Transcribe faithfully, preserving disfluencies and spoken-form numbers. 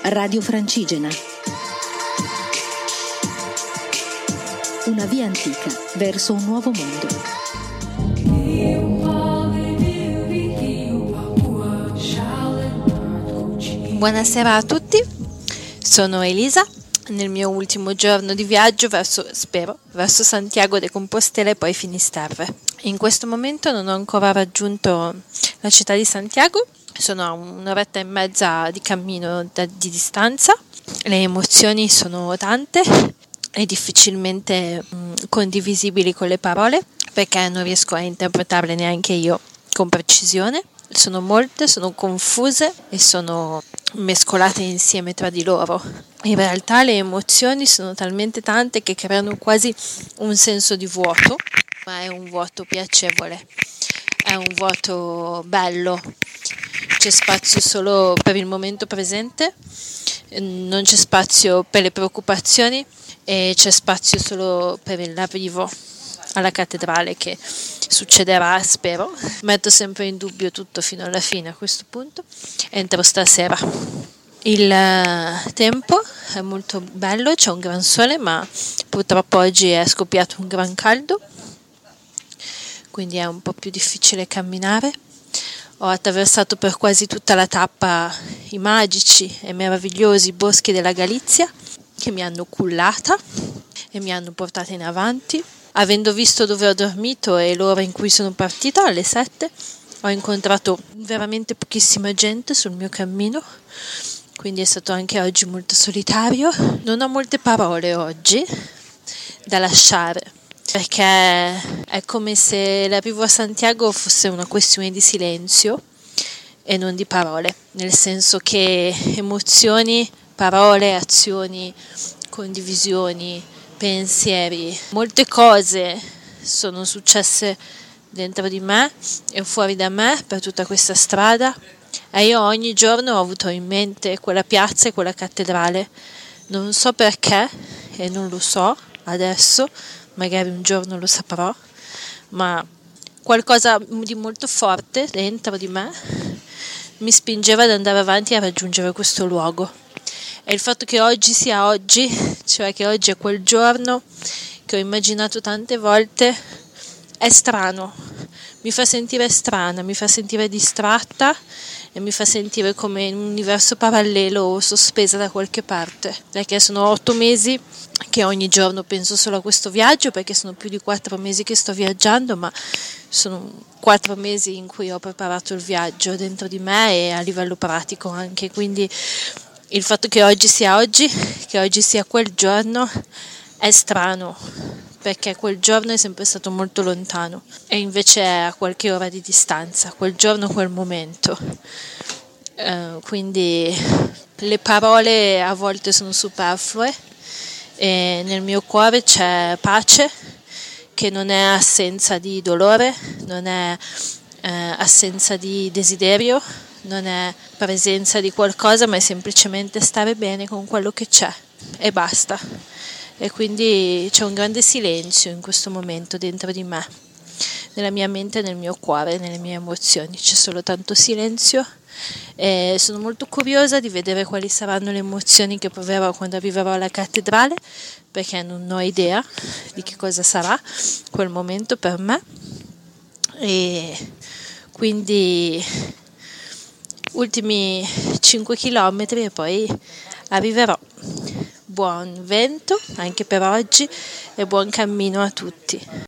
Radio Francigena. Una via antica verso un nuovo mondo. Buonasera a tutti, sono Elisa. Nel mio ultimo giorno di viaggio verso, spero, verso Santiago de Compostela e poi Finisterre. In questo momento non ho ancora raggiunto la città di Santiago, sono a un'oretta e mezza di cammino da, di distanza. Le emozioni sono tante e difficilmente mh, condivisibili con le parole, perché non riesco a interpretarle neanche io con precisione. Sono molte, sono confuse e sono mescolate insieme tra di loro. In realtà le emozioni sono talmente tante che creano quasi un senso di vuoto, ma è un vuoto piacevole, è un vuoto bello. C'è spazio solo per il momento presente, non c'è spazio per le preoccupazioni e c'è spazio solo per l'arrivo alla cattedrale, che succederà, spero. Metto sempre in dubbio tutto fino alla fine a questo punto. Entro stasera. Il tempo è molto bello, c'è un gran sole, ma purtroppo oggi è scoppiato un gran caldo, quindi è un po' più difficile camminare. Ho attraversato per quasi tutta la tappa i magici e meravigliosi boschi della Galizia, che mi hanno cullata e mi hanno portata in avanti. Avendo visto dove ho dormito e l'ora in cui sono partita, alle sette, ho incontrato veramente pochissima gente sul mio cammino, quindi è stato anche oggi molto solitario. Non ho molte parole oggi da lasciare, perché è come se l'arrivo a Santiago fosse una questione di silenzio e non di parole, nel senso che emozioni, parole, azioni, condivisioni, pensieri, molte cose sono successe dentro di me e fuori da me per tutta questa strada, e io ogni giorno ho avuto in mente quella piazza e quella cattedrale. Non so perché e non lo so adesso, magari un giorno lo saprò, ma qualcosa di molto forte dentro di me mi spingeva ad andare avanti a raggiungere questo luogo. E il fatto che oggi sia oggi, cioè che oggi è quel giorno che ho immaginato tante volte, è strano, mi fa sentire strana, mi fa sentire distratta e mi fa sentire come in un universo parallelo o sospesa da qualche parte, perché sono otto mesi che ogni giorno penso solo a questo viaggio, perché sono più di quattro mesi che sto viaggiando, ma sono quattro mesi in cui ho preparato il viaggio dentro di me e a livello pratico anche, quindi il fatto che oggi sia oggi, che oggi sia quel giorno, è strano, perché quel giorno è sempre stato molto lontano e invece è a qualche ora di distanza, quel giorno, quel momento. Uh, quindi le parole a volte sono superflue e nel mio cuore c'è pace, che non è assenza di dolore, non è eh, assenza di desiderio, non è presenza di qualcosa, ma è semplicemente stare bene con quello che c'è e basta. E quindi c'è un grande silenzio in questo momento dentro di me, nella mia mente, nel mio cuore, nelle mie emozioni. C'è solo tanto silenzio e sono molto curiosa di vedere quali saranno le emozioni che proverò quando arriverò alla cattedrale, perché non ho idea di che cosa sarà quel momento per me. E quindi ultimi cinque chilometri e poi arriverò. Buon vento anche per oggi e buon cammino a tutti.